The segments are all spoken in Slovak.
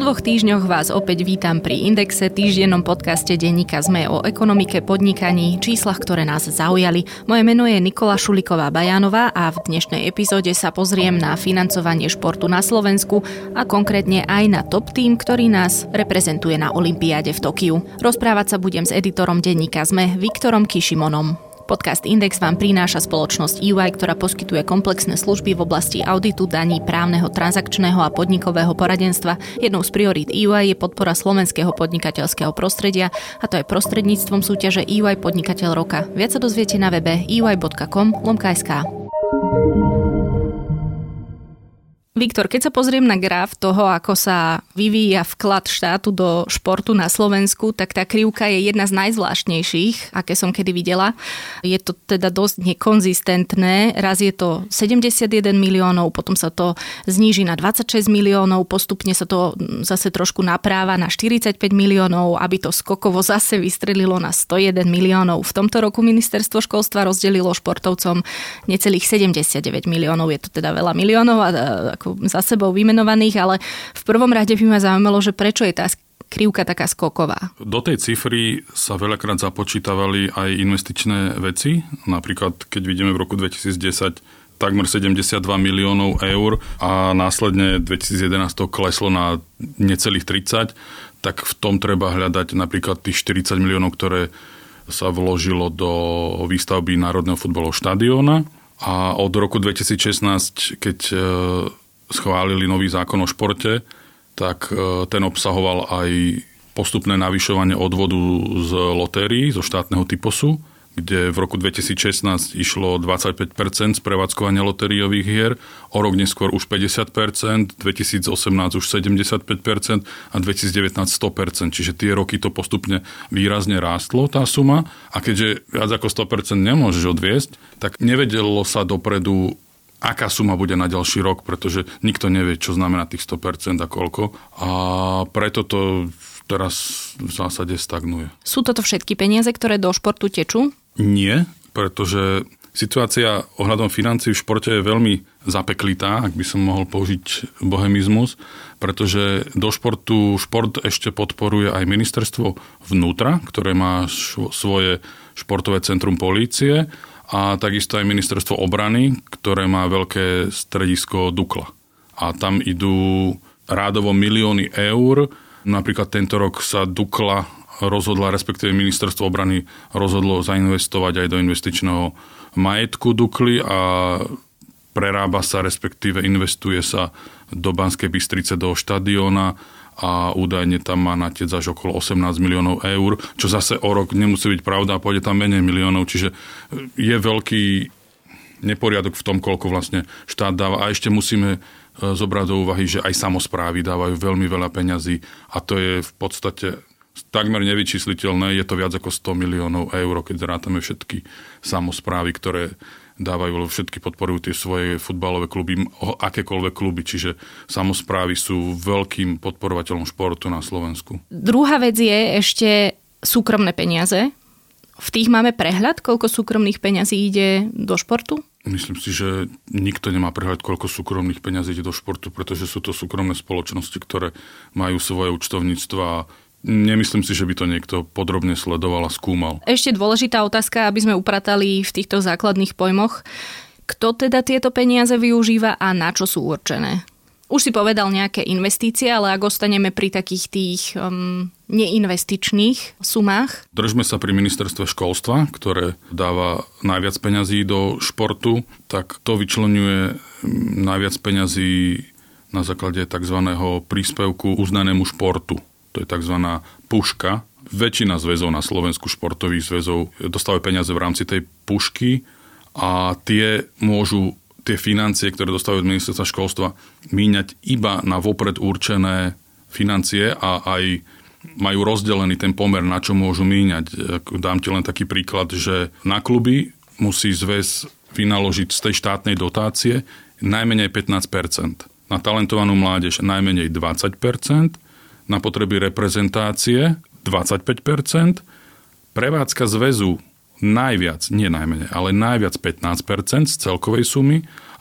2 týždňoch vás opäť vítam pri Indexe, týždennom podcaste denníka SME o ekonomike, podnikaní, číslach, ktoré nás zaujali. Moje meno je Nikola Šuliková-Bajánová a v dnešnej epizóde sa pozriem na financovanie športu na Slovensku a konkrétne aj na top tým, ktorý nás reprezentuje na olympiáde v Tokiu. Rozprávať sa budem s editorom denníka SME Viktorom Kišimonom. Podcast Index vám prináša spoločnosť EY, ktorá poskytuje komplexné služby v oblasti auditu, daní, právneho, transakčného a podnikového poradenstva. Jednou z priorít EY je podpora slovenského podnikateľského prostredia, a to aj prostredníctvom súťaže EY Podnikateľ roka. Viac sa dozviete na webe ey.com/sk. Viktor, keď sa pozriem na graf toho, ako sa vyvíja vklad štátu do športu na Slovensku, tak tá krivka je jedna z najzvláštnejších, aké som kedy videla. Je to teda dosť nekonzistentné. Raz je to 71 miliónov, potom sa to zníži na 26 miliónov, postupne sa to zase trošku napráva na 45 miliónov, aby to skokovo zase vystrelilo na 101 miliónov. V tomto roku ministerstvo školstva rozdelilo športovcom necelých 79 miliónov. Je to teda veľa miliónov a za sebou vymenovaných, ale v prvom rade by ma zaujímalo, že prečo je tá krivka taká skoková. Do tej cifry sa veľakrát započítavali aj investičné veci. Napríklad, keď vidíme v roku 2010 takmer 72 miliónov eur a následne 2011 to kleslo na necelých 30, tak v tom treba hľadať napríklad tých 40 miliónov, ktoré sa vložilo do výstavby Národného futbalového štadióna. A od roku 2016, keď schválili nový zákon o športe, tak ten obsahoval aj postupné navyšovanie odvodu z lotérií, zo štátneho typosu, kde v roku 2016 išlo 25% z prevádzkovania lotériových hier, o rok neskôr už 50%, 2018 už 75% a 2019 100%. Čiže tie roky to postupne výrazne rástlo, tá suma. A keďže viac ako 100% nemôžeš odviesť, tak nevedelo sa dopredu, aká suma bude na ďalší rok, pretože nikto nevie, čo znamená tých 100% a koľko. A preto to teraz v zásade stagnuje. Sú toto všetky peniaze, ktoré do športu tečú? Nie, pretože situácia ohľadom financií v športe je veľmi zapeklitá, ak by som mohol použiť bohemizmus, pretože do športu šport ešte podporuje aj ministerstvo vnútra, ktoré má svoje športové centrum polície, a takisto aj ministerstvo obrany, ktoré má veľké stredisko Dukla. A tam idú rádovo milióny eur. Napríklad tento rok sa Dukla rozhodla, respektíve ministerstvo obrany rozhodlo zainvestovať aj do investičného majetku Dukly a prerába sa, respektíve investuje sa do Banskej Bystrice, do štadióna a údajne tam má natiec až okolo 18 miliónov eur, čo zase o rok nemusí byť pravda a pôjde tam menej miliónov, čiže je veľký neporiadok v tom, koľko vlastne štát dáva. A ešte musíme zobrať do úvahy, že aj samosprávy dávajú veľmi veľa peňazí a to je v podstate takmer nevyčísliteľné, je to viac ako 100 miliónov eur, keď rátame všetky samosprávy, ktoré dávajú, všetky podporujú tie svoje futbalové kluby, akékoľvek kluby, čiže samosprávy sú veľkým podporovateľom športu na Slovensku. Druhá vec je ešte súkromné peniaze. V tých máme prehľad, koľko súkromných peňazí ide do športu? Myslím si, že nikto nemá prehľad, koľko súkromných peňazí ide do športu, pretože sú to súkromné spoločnosti, ktoré majú svoje účtovníctva a nemyslím si, že by to niekto podrobne sledoval a skúmal. Ešte dôležitá otázka, aby sme upratali v týchto základných pojmoch. Kto teda tieto peniaze využíva a na čo sú určené? Už si povedal nejaké investície, ale ak ostaneme pri takých tých neinvestičných sumách? Držme sa pri ministerstve školstva, ktoré dáva najviac peňazí do športu, tak to vyčleňuje najviac peňazí na základe tzv. Príspevku uznanému športu. To je tzv. Puška. Väčšina zväzov na Slovensku, športových zväzov, dostávajú peniaze v rámci tej pušky a tie financie, ktoré dostávajú od ministerstva školstva, míňať iba na vopred určené financie a aj majú rozdelený ten pomer, na čo môžu míňať. Dám ti len taký príklad, že na kluby musí zväz vynaložiť z tej štátnej dotácie najmenej 15%. Na talentovanú mládež najmenej 20%, na potreby reprezentácie 25%, prevádzka zväzu najviac, nie najmenej, ale najviac 15% z celkovej sumy a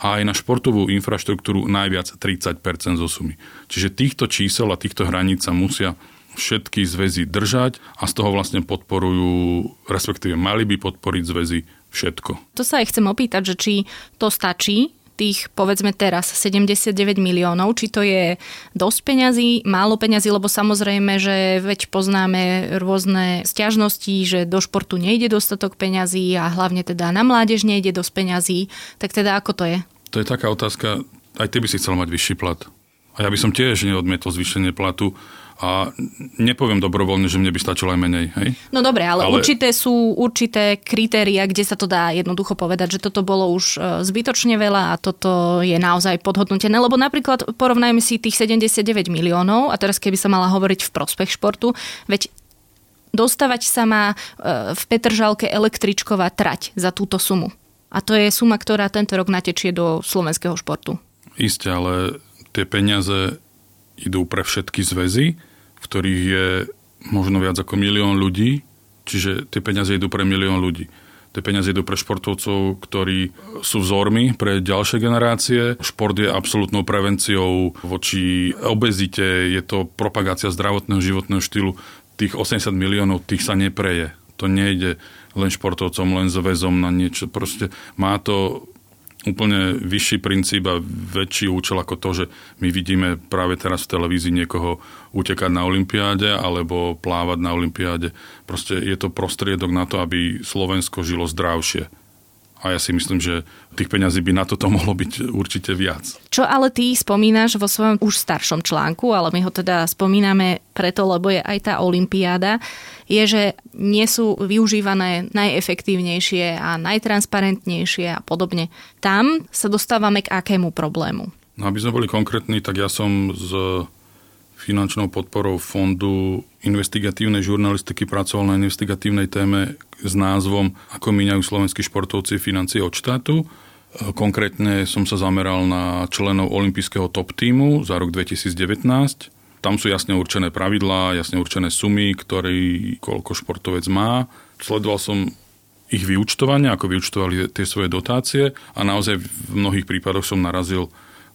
a aj na športovú infraštruktúru najviac 30% zo sumy. Čiže týchto čísel a týchto hraníc sa musia všetky zväzy držať a z toho vlastne podporujú, respektíve mali by podporiť zväzy všetko. To sa aj chcem opýtať, že či to stačí, tých, povedzme teraz, 79 miliónov, či to je dosť peňazí, málo peňazí, lebo samozrejme, že veď poznáme rôzne sťažnosti, že do športu nejde dostatok peňazí a hlavne teda na mládež nejde dosť peňazí. Tak teda ako to je? To je taká otázka, aj ty by si chcel mať vyšší plat. A ja by som tiež neodmietol zvýšenie platu. A nepoviem dobrovoľne, že mne by stačilo aj menej. Hej? No dobre, ale určité sú určité kritéria, kde sa to dá jednoducho povedať, že toto bolo už zbytočne veľa a toto je naozaj podhodnotené. Lebo napríklad porovnajme si tých 79 miliónov a teraz keby sa mala hovoriť v prospech športu, veď dostávať sa má v Petržalke električková trať za túto sumu. A to je suma, ktorá tento rok natečie do slovenského športu. Isté, ale tie peniaze idú pre všetky zväzy, v ktorých je možno viac ako 1 000 000 ľudí, čiže tie peniaze idú pre 1 000 000 ľudí. Tie peniaze idú pre športovcov, ktorí sú vzormi pre ďalšie generácie. Šport je absolútnou prevenciou voči obezite, je to propagácia zdravotného životného štýlu. Tých 80 miliónov, tých sa nepreje. To nejde len športovcom, len zväzom na niečo. Proste má to úplne vyšší princíp a väčší účel ako to, že my vidíme práve teraz v televízii niekoho utekať na olympiáde alebo plávať na olympiáde. Proste je to prostriedok na to, aby Slovensko žilo zdravšie. A ja si myslím, že tých peňazí by na toto mohlo byť určite viac. Čo ale ty spomínaš vo svojom už staršom článku, ale my ho teda spomíname preto, lebo je aj tá olympiáda, je, že nie sú využívané najefektívnejšie a najtransparentnejšie a podobne. Tam sa dostávame k akému problému? No, aby sme boli konkrétni, tak ja som s finančnou podporou Fondu investigatívnej žurnalistiky pracoval na investigatívnej téme s názvom Ako míňajú slovenskí športovci financie od štátu. Konkrétne som sa zameral na členov olympijského top tímu za rok 2019. Tam sú jasne určené pravidlá, jasne určené sumy, koľko športovec má. Sledoval som ich vyúčtovanie, ako vyúčtovali tie svoje dotácie a naozaj v mnohých prípadoch som narazil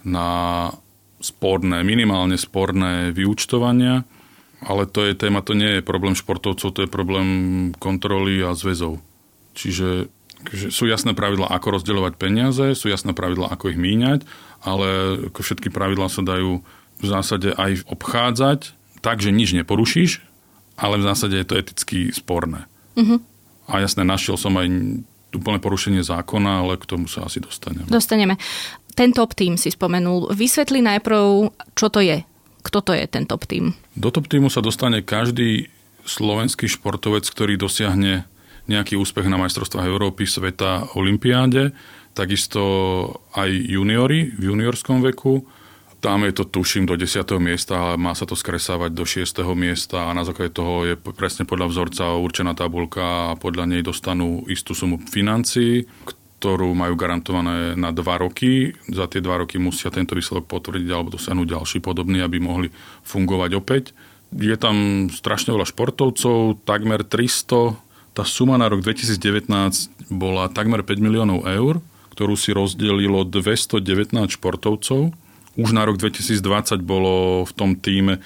na minimálne sporné vyúčtovania, ale to je téma, to nie je problém športovcov, to je problém kontroly a zväzov. Čiže sú jasné pravidlá, ako rozdeľovať peniaze, sú jasné pravidlá, ako ich míňať, ale všetky pravidlá sa dajú v zásade aj obchádzať tak, že nič neporušíš, ale v zásade je to eticky sporné. Uh-huh. A jasné, našiel som aj úplné porušenie zákona, ale k tomu sa asi dostaneme. Ten top tým si spomenul. Vysvetli najprv, čo to je. Kto to je ten top tým? Do top týmu sa dostane každý slovenský športovec, ktorý dosiahne nejaký úspech na majstrovstvách Európy, sveta, olympiáde. Takisto aj juniori v juniorskom veku. Tam je to, tuším, do 10. miesta a má sa to skresávať do 6. miesta a na základe toho je presne podľa vzorca určená tabuľka a podľa nej dostanú istú sumu financií, ktorú majú garantované na 2 roky. Za tie 2 roky musia tento výsledok potvrdiť alebo dosiahnuť ďalší podobný, aby mohli fungovať opäť. Je tam strašne veľa športovcov, takmer 300. Tá suma na rok 2019 bola takmer 5 miliónov eur, ktorú si rozdelilo 219 športovcov. Už na rok 2020 bolo v tom tíme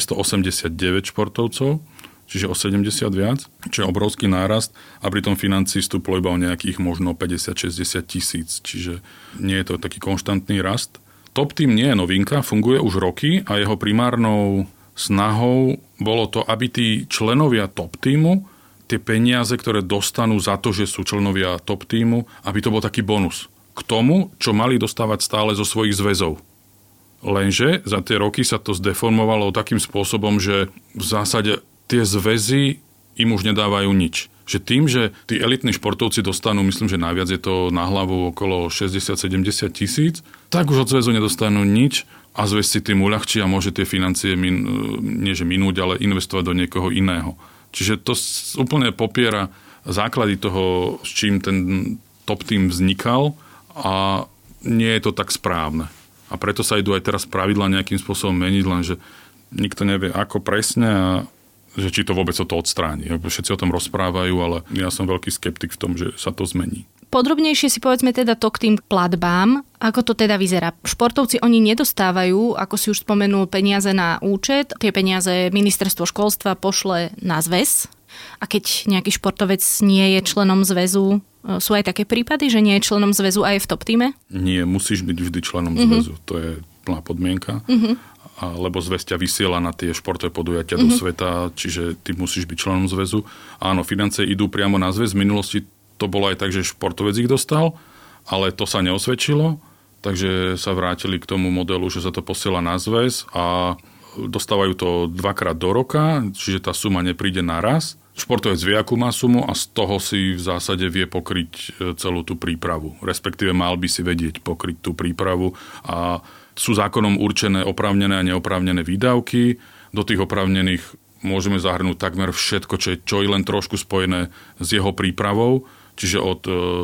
289 športovcov, čiže o 70 viac, čo je obrovský nárast a pri tom financií vstúplo iba o nejakých možno 50-60 tisíc, čiže nie je to taký konštantný rast. Top tým nie je novinka, funguje už roky a jeho primárnou snahou bolo to, aby tí členovia top týmu tie peniaze, ktoré dostanú za to, že sú členovia top týmu, aby to bol taký bonus k tomu, čo mali dostávať stále zo svojich zväzov. Lenže za tie roky sa to zdeformovalo takým spôsobom, že v zásade tie zväzy im už nedávajú nič. Že tým, že tí elitní športovci dostanú, myslím, že najviac je to na hlavu okolo 60-70 tisíc, tak už od zväzu nedostanú nič a zväz si tým uľahčí a môže tie financie minúť, ale investovať do niekoho iného. Čiže to úplne popiera základy toho, s čím ten top tým vznikal a nie je to tak správne. A preto sa idú aj teraz pravidlá nejakým spôsobom meniť, lenže nikto nevie ako presne a že či to vôbec sa to odstráni. Všetci o tom rozprávajú, ale ja som veľký skeptik v tom, že sa to zmení. Podrobnejšie si povedzme teda to k tým platbám. Ako to teda vyzerá? Športovci oni nedostávajú, ako si už spomenul, peniaze na účet. Tie peniaze ministerstvo školstva pošle na zväz. A keď nejaký športovec nie je členom zväzu, sú aj také prípady, že nie je členom zväzu aj v top týme? Nie, musíš byť vždy členom zväzu. To je plná podmienka. Lebo zväz ťa vysiela na tie športové podujatia do sveta, čiže ty musíš byť členom zväzu. Áno, financie idú priamo na zväz. V minulosti to bolo aj tak, že športovec ich dostal, ale to sa neosvedčilo, takže sa vrátili k tomu modelu, že sa to posiela na zväz a dostávajú to 2-krát do roka, čiže tá suma nepríde naraz. Športovec vie, akú má sumu a z toho si v zásade vie pokryť celú tú prípravu. Respektíve mal by si vedieť pokryť tú prípravu a sú zákonom určené oprávnené a neoprávnené výdavky. Do tých oprávnených môžeme zahrnúť takmer všetko, čo je len trošku spojené s jeho prípravou. Čiže od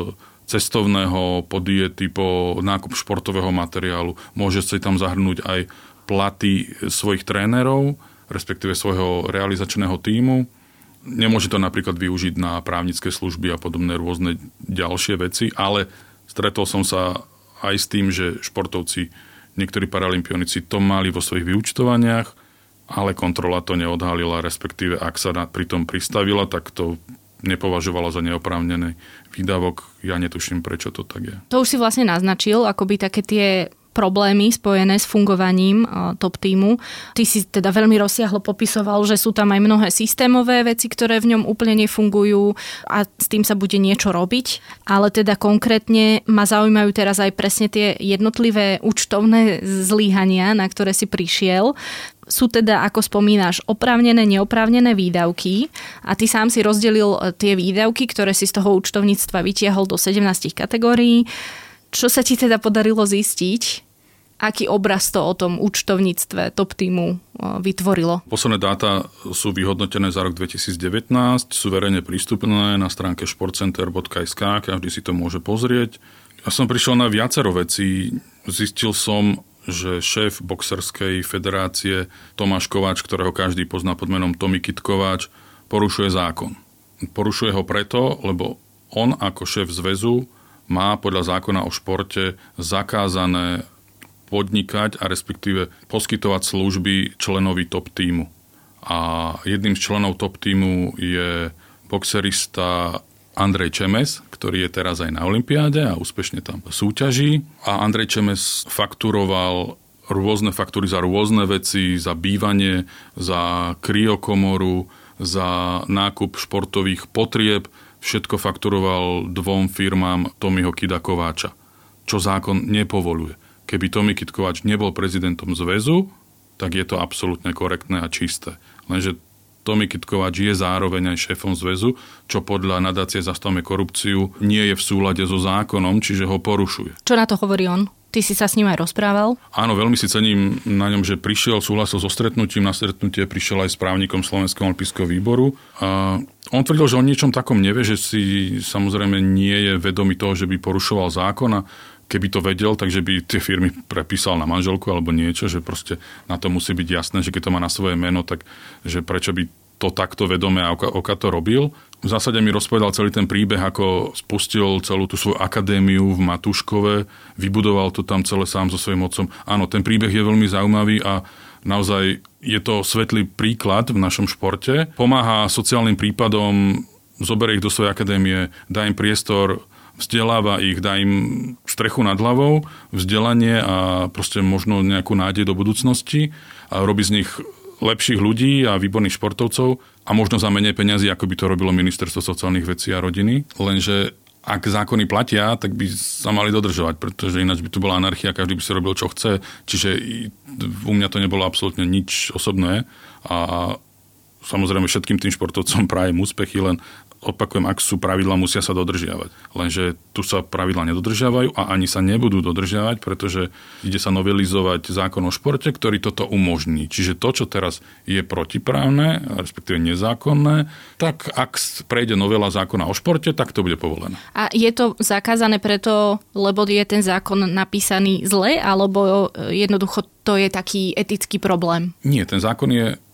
cestovného po diety, po nákup športového materiálu. Môže si tam zahrnúť aj platy svojich trénerov, respektíve svojho realizačného tímu. Nemôže to napríklad využiť na právnické služby a podobné rôzne ďalšie veci, ale stretol som sa aj s tým, že športovci, niektorí paralympionici to mali vo svojich vyúčtovaniach, ale kontrola to neodhalila, respektíve ak sa pri tom pristavila, tak to nepovažovala za neoprávnený výdavok. Ja netuším, prečo to tak je. To už si vlastne naznačil, akoby také tie problémy spojené s fungovaním top týmu. Ty si teda veľmi rozsiahlo popisoval, že sú tam aj mnohé systémové veci, ktoré v ňom úplne nefungujú a s tým sa bude niečo robiť. Ale teda konkrétne ma zaujímajú teraz aj presne tie jednotlivé účtovné zlyhania, na ktoré si prišiel. Sú teda, ako spomínaš, oprávnené, neoprávnené výdavky a ty sám si rozdelil tie výdavky, ktoré si z toho účtovníctva vytiahol do 17 kategórií. Čo sa ti teda podarilo zistiť? Aký obraz to o tom účtovníctve top týmu vytvorilo? Posledné dáta sú vyhodnotené za rok 2019, sú verejne prístupné na stránke sportcenter.sk, každý si to môže pozrieť. Ja som prišiel na viacero vecí. Zistil som, že šéf boxerskej federácie Tomáš Kováč, ktorého každý pozná pod menom Tomi Kit Kováč, porušuje zákon. Porušuje ho preto, lebo on ako šéf zväzu má podľa zákona o športe zakázané podnikať a respektíve poskytovať služby členovi top týmu. A jedným z členov top týmu je boxerista Andrej Čemes, ktorý je teraz aj na olympiáde a úspešne tam súťaží. A Andrej Čemes fakturoval rôzne faktúry za rôzne veci, za bývanie, za kryokomoru, za nákup športových potrieb. Všetko fakturoval 2 firmám Tomiho Kida Kováča, čo zákon nepovoľuje. Keby Tomi Kid Kováč nebol prezidentom zväzu, tak je to absolútne korektné a čisté. Lenže Tomi Kid Kováč je zároveň aj šéfom zväzu, čo podľa nadácie Zastavme korupciu nie je v súlade so zákonom, čiže ho porušuje. Čo na to hovorí on? Ty si sa s ním aj rozprával? Áno, veľmi si cením na ňom, že prišiel, súhlasil so stretnutím. Na stretnutie prišiel aj s právnikom Slovenského olympijského výboru. A on tvrdil, že o niečom takom nevie, že si samozrejme nie je vedomý toho, že by porušoval zákon a keby to vedel, takže by tie firmy prepísal na manželku alebo niečo, že proste na to musí byť jasné, že keď to má na svoje meno, tak že prečo by to takto vedome a oka to robil. V zásade mi rozpovedal celý ten príbeh, ako spustil celú tú svoju akadémiu v Matúškove, vybudoval to tam celé sám so svojím otcom. Áno, ten príbeh je veľmi zaujímavý a naozaj je to svetlý príklad v našom športe. Pomáha sociálnym prípadom, zoberie ich do svojej akadémie, dá im priestor, vzdeláva ich, dá im strechu nad hlavou, vzdelanie a proste možno nejakú nádej do budúcnosti a robí z nich lepších ľudí a výborných športovcov a možno za menej peňazí, ako by to robilo Ministerstvo sociálnych vecí a rodiny. Lenže ak zákony platia, tak by sa mali dodržovať, pretože ináč by tu bola anarchia, každý by si robil, čo chce. Čiže u mňa to nebolo absolútne nič osobné a samozrejme všetkým tým športovcom prajem úspechy, len opakujem, ak sú pravidlá, musia sa dodržiavať. Lenže tu sa pravidlá nedodržiavajú a ani sa nebudú dodržiavať, pretože ide sa novelizovať zákon o športe, ktorý toto umožní. Čiže to, čo teraz je protiprávne, respektíve nezákonné, tak ak prejde novela zákona o športe, tak to bude povolené. A je to zakázané preto, lebo je ten zákon napísaný zle, alebo jednoducho to je taký etický problém? Nie, ten zákon je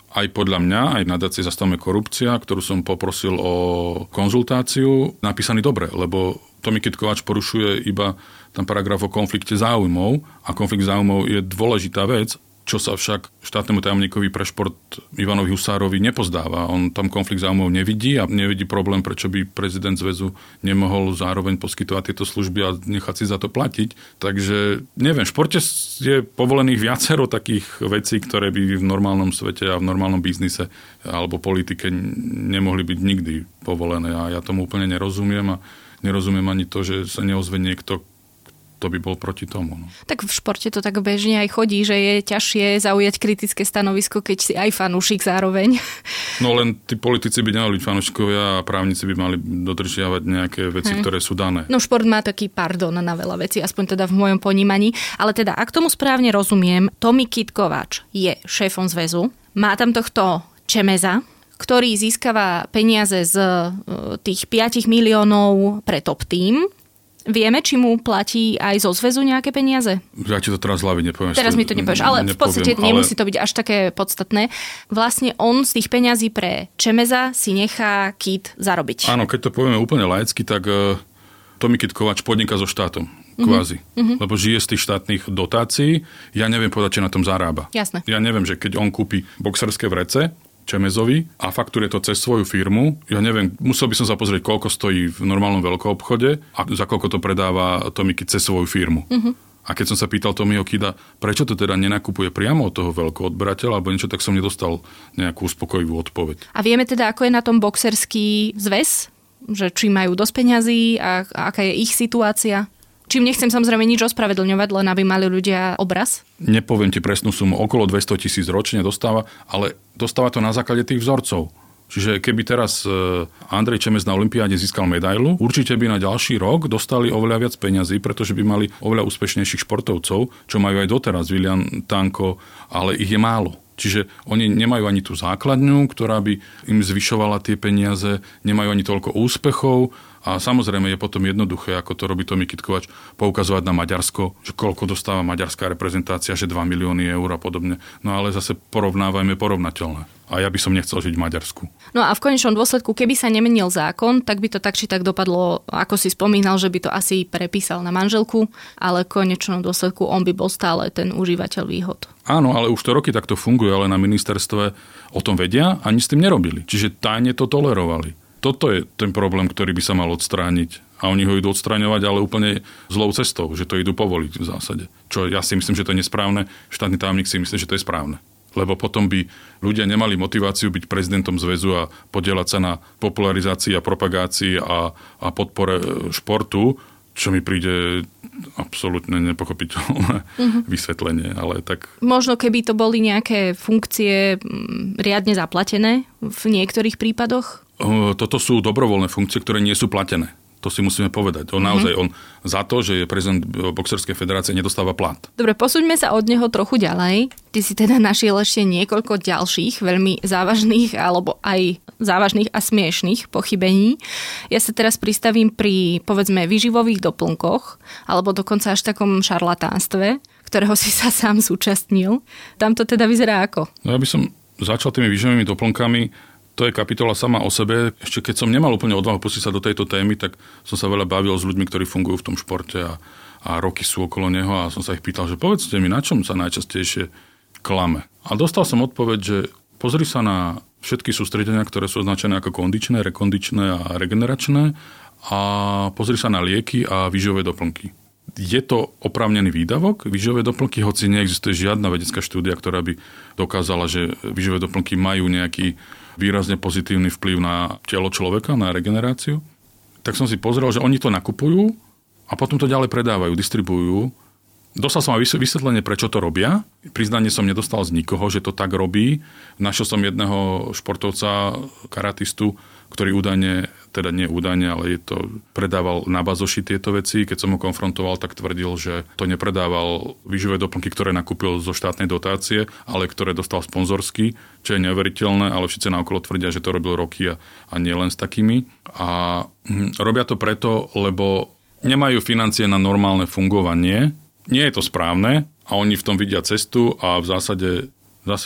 aj podľa mňa, aj v nadácii Zastavme korupcia, ktorú som poprosil o konzultáciu, napísaný dobre, lebo Tomi Kytkovač porušuje iba ten paragraf o konflikte záujmov a konflikt záujmov je dôležitá vec, čo sa však štátnemu tajomníkovi pre šport Ivanovi Husárovi nepozdáva. On tam konflikt záujmov nevidí a nevidí problém, prečo by prezident zväzu nemohol zároveň poskytovať tieto služby a nechať si za to platiť. Takže neviem, v športe je povolených viacero takých vecí, ktoré by v normálnom svete a v normálnom biznise alebo politike nemohli byť nikdy povolené. A ja tomu úplne nerozumiem a nerozumiem ani to, že sa neozve niekto, to by bol proti tomu. No. Tak v športe to tak bežne aj chodí, že je ťažšie zaujať kritické stanovisko, keď si aj fanúšik zároveň. No len tí politici by nemali byť fanúšikovia a právnici by mali dodržiavať nejaké veci, ktoré sú dané. No šport má taký pardon na veľa vecí, aspoň teda v mojom ponímaní. Ale teda, ak tomu správne rozumiem, Tomi Kytkovač je šéfom zväzu, má tam tohto Čemeza, ktorý získava peniaze z tých 5 miliónov pre top tým. Vieme, či mu platí aj zo zväzu nejaké peniaze? Ja ti to teraz hlavy nepoviem. Teraz mi to nepovieš, ale v podstate nemusí to byť až také podstatné. Vlastne on z tých peňazí pre Čemeza si nechá Kyt zarobiť. Áno, keď to povieme úplne laicky, tak Tomi Kytkovač podniká so štátom. Kvázi. Lebo žije z tých štátnych dotácií. Ja neviem povedať, či na tom zarába. Jasné. Ja neviem, že keď on kúpi boxerské vrece Čemezovi a fakturuje to cez svoju firmu. Ja neviem, musel by som sa pozrieť, koľko stojí v normálnom veľkoobchode a za koľko to predáva Tomi Kyt cez svoju firmu. A keď som sa pýtal Tomiho Kyta, prečo to teda nenakupuje priamo od toho veľkoodberateľa alebo niečo, tak som nedostal nejakú uspokojivú odpoveď. A vieme teda, ako je na tom boxerský zväz? Že či majú dosť peňazí a aká je ich situácia? Čím nechcem samozrejme nič ospravedlňovať, len aby mali ľudia obraz? Nepoviem ti presnú sumu, okolo 200 000 ročne dostáva, ale dostáva to na základe tých vzorcov. Čiže keby teraz Andrej Čemez na olympiáde získal medailu, určite by na ďalší rok dostali oveľa viac peňazí, pretože by mali oveľa úspešnejších športovcov, čo majú aj doteraz, Vilian Tanko, ale ich je málo. Čiže oni nemajú ani tú základňu, ktorá by im zvyšovala tie peniaze, nemajú ani toľko úspechov a samozrejme je potom jednoduché, ako to robí Tomi Kytkovač, poukazovať na Maďarsko, že koľko dostáva maďarská reprezentácia, že 2 milióny eur a podobne. No ale zase porovnávajme porovnateľné. A ja by som nechcel žiť v Maďarsku. No a v konečnom dôsledku, keby sa nemenil zákon, tak by to tak či tak dopadlo, ako si spomínal, že by to asi prepísal na manželku, ale v konečnom dôsledku on by bol stále ten užívateľ výhod. Áno, ale už to roky takto funguje, ale na ministerstve o tom vedia a nič s tým nerobili. Čiže tajne to tolerovali. Toto je ten problém, ktorý by sa mal odstrániť. A oni ho idú odstraňovať, ale úplne zlou cestou, že to idú povoliť v zásade. Čo ja si myslím, že to je nesprávne. Štátny tajomník si myslí, že to je správne. Lebo potom by ľudia nemali motiváciu byť prezidentom zväzu a podieľať sa na popularizácii a propagácii a podpore športu, čo mi príde absolútne nepochopiteľné vysvetlenie. Ale tak... Možno keby to boli nejaké funkcie riadne zaplatené v niektorých prípadoch? Toto sú dobrovoľné funkcie, ktoré nie sú platené. To si musíme povedať. On naozaj, on za to, že je prezident Boxerskej federácie, nedostáva plat. Dobre, posúďme sa od neho trochu ďalej. Ty si teda našiel ešte niekoľko ďalších veľmi závažných alebo aj závažných a smiešných pochybení. Ja sa teraz pristavím pri, povedzme, výživových doplnkoch alebo dokonca až takom šarlatánstve, ktorého si sa sám zúčastnil. Tam to teda vyzerá ako? No ja by som začal tými výživovými doplnkami. To je kapitola sama o sebe. Ešte keď som nemal úplne odvahu pustiť sa do tejto témy, tak som sa veľa bavil s ľuďmi, ktorí fungujú v tom športe a roky sú okolo neho a som sa ich pýtal, že povedzte mi, na čom sa najčastejšie klame. A dostal som odpoveď, že pozri sa na všetky sústredenia, ktoré sú označené ako kondičné, rekondičné a regeneračné a pozri sa na lieky a výživové doplnky. Je to oprávnený výdavok, výživové doplnky, hoci neexistuje žiadna vedecká štúdia, ktorá by dokázala, že výživové doplnky majú nejaký výrazne pozitívny vplyv na telo človeka, na regeneráciu. Tak som si pozrel, že oni to nakupujú a potom to ďalej predávajú, distribujú. Dostal som aj vysvetlenie, prečo to robia. Priznanie som nedostal z nikoho, že to tak robí. Našiel som jedného športovca, karatistu, ktorý údajne, teda nie údajne, ale predával na bazoši tieto veci. Keď som ho konfrontoval, tak tvrdil, že to nepredával výživové doplnky, ktoré nakúpil zo štátnej dotácie, ale ktoré dostal sponzorsky, čo je neuveriteľné, ale všetci naokolo tvrdia, že to robil roky a nie len s takými. A robia to preto, lebo nemajú financie na normálne fungovanie. Nie je to správne a oni v tom vidia cestu a v zásade zase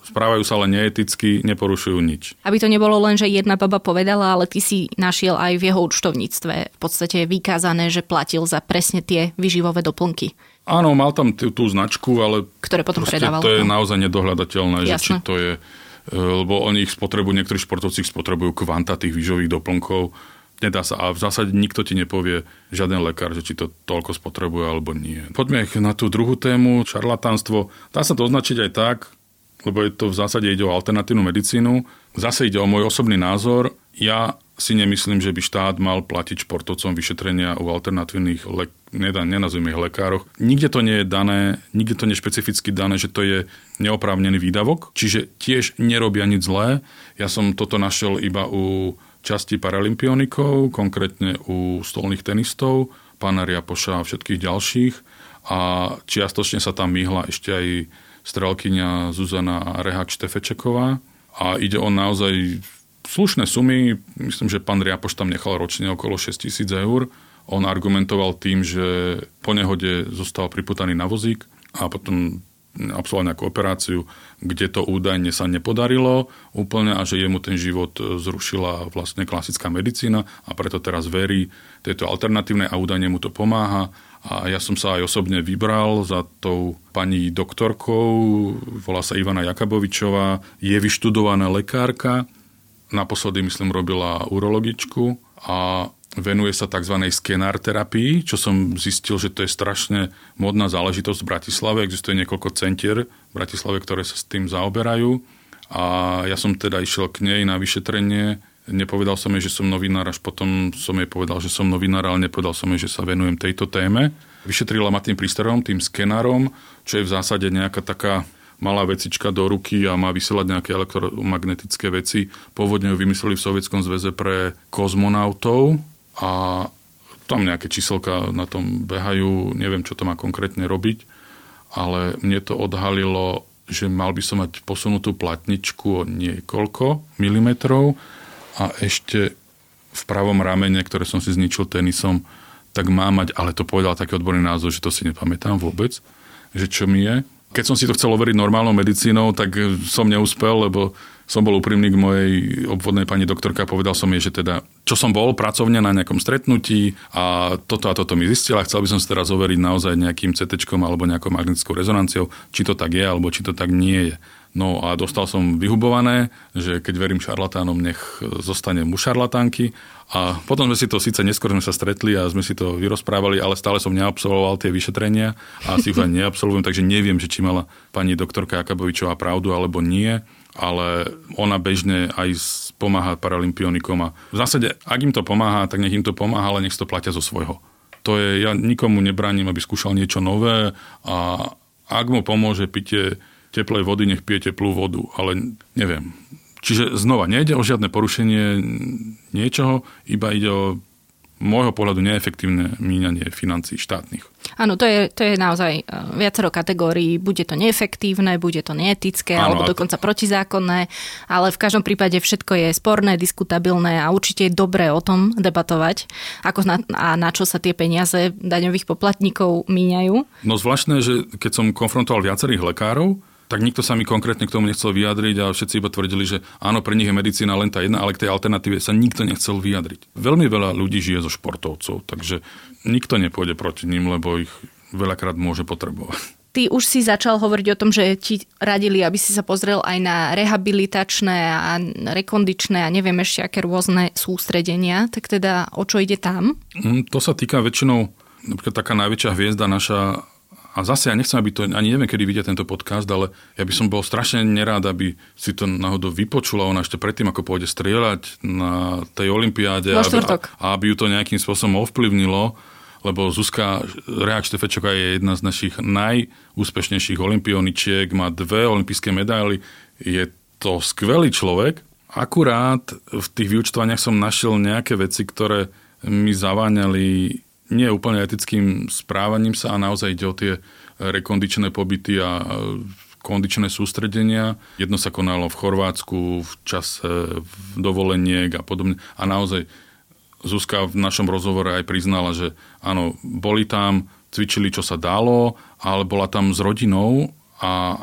správajú sa len neeticky, neporušujú nič. Aby to nebolo len, že jedna baba povedala, ale ty si našiel aj v jeho účtovníctve v podstate vykázané, že platil za presne tie výživové doplnky. Áno, mal tam tú značku, ale ktoré potom predával. To je naozaj nedohľadateľné, že či to je, lebo oni ich spotrebujú, niektorí športovci spotrebujú kvanta tých výživových doplnkov. Nedá sa. A v zásade nikto ti nepovie, žiaden lekár, že či to toľko spotrebuje alebo nie. Poďme na tú druhú tému, šarlatánstvo. Dá sa to označiť aj tak, lebo je to v zásade ide o alternatívnu medicínu. Zase ide o môj osobný názor. Ja si nemyslím, že by štát mal platiť športovcom vyšetrenia u alternatívnych nenazvime ich lekároch. Nikde to nie je dané, nikde to nie je špecificky dané, že to je neoprávnený výdavok. Čiže tiež nerobia nič zlé. Ja som toto našiel iba u časti paralympionikov, konkrétne u stolných tenistov, pána Riapoša a všetkých ďalších. A čiastočne sa tam myhla ešte aj strelkyňa Zuzana Rehak-Štefečeková. A ide o naozaj slušné sumy. Myslím, že pán Riapoš tam nechal ročne okolo 6 000 eur. On argumentoval tým, že po nehode zostal priputaný na vozík a potom absolvoval nejakú operáciu, kde to údajne sa nepodarilo úplne a že jemu ten život zrušila vlastne klasická medicína a preto teraz verí tejto alternatívnej a údajne mu to pomáha. A ja som sa aj osobne vybral za tou pani doktorkou, volá sa Ivana Jakabovičová, je vyštudovaná lekárka, naposledy, myslím, robila urologičku a venuje sa tzv. Skenár terapii, čo som zistil, že to je strašne modná záležitosť v Bratislave. Existuje niekoľko centier v Bratislave, ktoré sa s tým zaoberajú. A ja som teda išiel k nej na vyšetrenie. Nepovedal som jej, že som novinár, až potom som jej povedal, že som novinár, ale nepovedal som jej, že sa venujem tejto téme. Vyšetrila ma tým prístrojom, tým skenárom, čo je v zásade nejaká taká malá vecička do ruky a má vysielať nejaké elektromagnetické veci. Pôvodne ju vymysleli v Sovietskom zväze pre kozmonautov, a tam nejaké číselka na tom behajú, neviem, čo to má konkrétne robiť, ale mne to odhalilo, že mal by som mať posunutú platničku o niekoľko milimetrov a ešte v pravom ramene, ktoré som si zničil tenisom, tak má mať, ale to povedal taký odborný názor, že to si nepamätám vôbec, že čo mi je. Keď som si to chcel overiť normálnou medicínou, tak som neúspel, lebo som bol úprimný k mojej obvodnej pani doktorke a povedal som jej, že teda, čo som bol pracovne na nejakom stretnutí a toto mi zistila. Chcel by som si teraz overiť naozaj nejakým CT-čkom alebo nejakou magnetickou rezonanciou, či to tak je, alebo či to tak nie je. No a dostal som vyhubované, že keď verím šarlatánom, nech zostanem u šarlatánky. A potom sme si to, síce neskôr sme sa stretli a sme si to vyrozprávali, ale stále som neabsolvoval tie vyšetrenia a asi ich aj neabsolvujem, takže neviem, že či mala pani doktorka Jakabovičová pravdu alebo nie, ale ona bežne aj pomáha paralympionikom a v zásade, ak im to pomáha, tak nech im to pomáha, ale nech to platia zo svojho. To je, ja nikomu nebránim, aby skúšal niečo nové a ak mu pomôže pitie teplej vody, nech pije teplú vodu, ale neviem. Čiže znova, nejde o žiadne porušenie niečoho, iba ide o môjho pohľadu neefektívne míňanie financií štátnych. Áno, to je naozaj viacero kategórií. Bude to neefektívne, bude to neetické, alebo dokonca protizákonné, ale v každom prípade všetko je sporné, diskutabilné a určite je dobré o tom debatovať, ako na čo sa tie peniaze daňových poplatníkov míňajú. No zvláštne, že keď som konfrontoval viacerých lekárov, tak nikto sa mi konkrétne k tomu nechcel vyjadriť a všetci iba tvrdili, že áno, pre nich je medicína len tá jedna, ale k tej alternatíve sa nikto nechcel vyjadriť. Veľmi veľa ľudí žije zo športovcov, takže nikto nepôjde proti ním, lebo ich veľakrát môže potrebovať. Ty už si začal hovoriť o tom, že ti radili, aby si sa pozrel aj na rehabilitačné a rekondičné a neviem ešte aké rôzne sústredenia, tak teda o čo ide tam? To sa týka väčšinou, napríklad taká najväčšia hviezda naša. A zase ja nechcem, aby to, ani neviem, kedy vidia tento podcast, ale ja by som bol strašne nerád, aby si to náhodou vypočula ona ešte predtým, ako pôjde strieľať na tej olympiáde, aby ju to nejakým spôsobom ovplyvnilo, lebo Zuzka Rehak-Štefečeková je jedna z našich najúspešnejších olympioničiek, má 2 olympijské medaily, je to skvelý človek. Akurát v tých vyúčtovaniach som našiel nejaké veci, ktoré mi zaváňali nie úplne etickým správaním sa a naozaj ide o tie rekondičné pobyty a kondičné sústredenia. Jedno sa konalo v Chorvátsku v čase dovoleniek a podobne. A naozaj Zuzka v našom rozhovore aj priznala, že áno, boli tam, cvičili, čo sa dalo, ale bola tam s rodinou a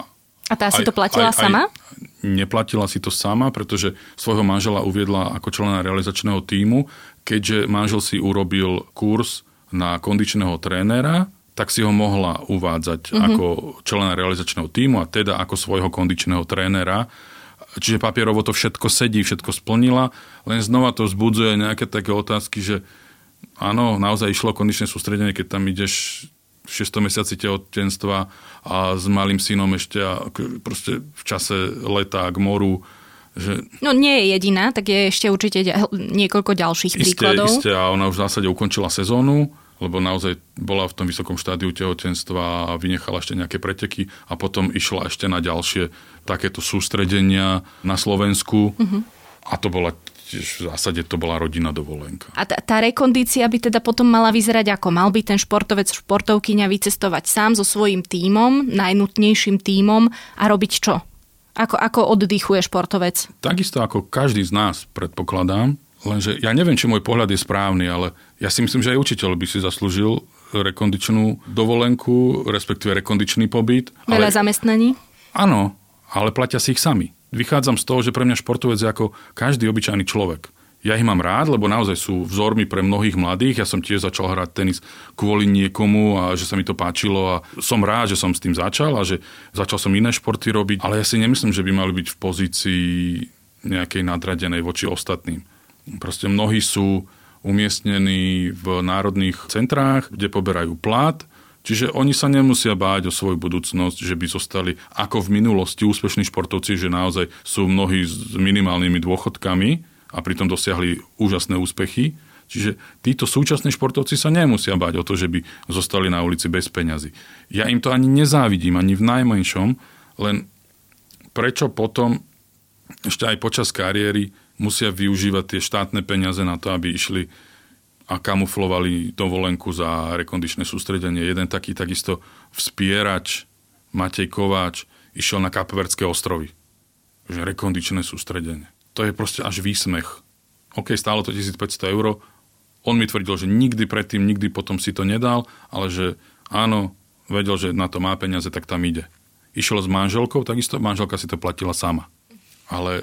A tá si to platila sama? Neplatila si to sama, pretože svojho manžela uviedla ako člena realizačného tímu. Keďže manžel si urobil kurz na kondičného trénera, tak si ho mohla uvádzať ako člena realizačného tímu a teda ako svojho kondičného trénera. Čiže papierovo to všetko sedí, všetko splnila, len znova to vzbudzuje nejaké také otázky, že áno, naozaj išlo kondičné sústredenie, keď tam ideš 6 mesiaci tehotenstva a s malým synom ešte a proste v čase leta k moru. Že... No nie je jediná, tak je ešte určite niekoľko ďalších príkladov. Isté, a ona už v zásade ukončila sezónu, lebo naozaj bola v tom vysokom štádiu tehotenstva a vynechala ešte nejaké preteky a potom išla ešte na ďalšie takéto sústredenia na Slovensku a to bola v zásade to bola rodinná dovolenka. A tá rekondícia by teda potom mala vyzerať ako? Mal by ten športovec, športovkyňa vycestovať sám so svojím tímom, najnutnejším tímom a robiť čo? Ako oddychuje športovec? Takisto ako každý z nás, predpokladám, lenže ja neviem, či môj pohľad je správny, ale ja si myslím, že aj učiteľ by si zaslúžil rekondičnú dovolenku, respektíve rekondičný pobyt. Veľa zamestnaní? Áno, ale platia si ich sami. Vychádzam z toho, že pre mňa športovec je ako každý obyčajný človek. Ja ich mám rád, lebo naozaj sú vzormi pre mnohých mladých. Ja som tiež začal hrať tenis kvôli niekomu a že sa mi to páčilo a som rád, že som s tým začal a že začal som iné športy robiť. Ale ja si nemyslím, že by mali byť v pozícii nejakej nadradenej voči ostatným. Proste mnohí sú umiestnení v národných centrách, kde poberajú plat. Čiže oni sa nemusia báť o svoju budúcnosť, že by zostali ako v minulosti úspešní športovci, že naozaj sú mnohí s minimálnymi dôchodkami a pritom dosiahli úžasné úspechy. Čiže títo súčasní športovci sa nemusia báť o to, že by zostali na ulici bez peňazí. Ja im to ani nezávidím, ani v najmenšom, len prečo potom ešte aj počas kariéry musia využívať tie štátne peniaze na to, aby išli a kamuflovali dovolenku za rekondičné sústredenie. Jeden taký takisto vspierač, Matej Kováč, išiel na Kapverdské ostrovy. Že rekondičné sústredenie. To je proste až výsmech. OK, stálo to 1500 €. On mi tvrdil, že nikdy predtým, nikdy potom si to nedal, ale že áno, vedel, že na to má peniaze, tak tam ide. Išiel s manželkou, takisto manželka si to platila sama. Ale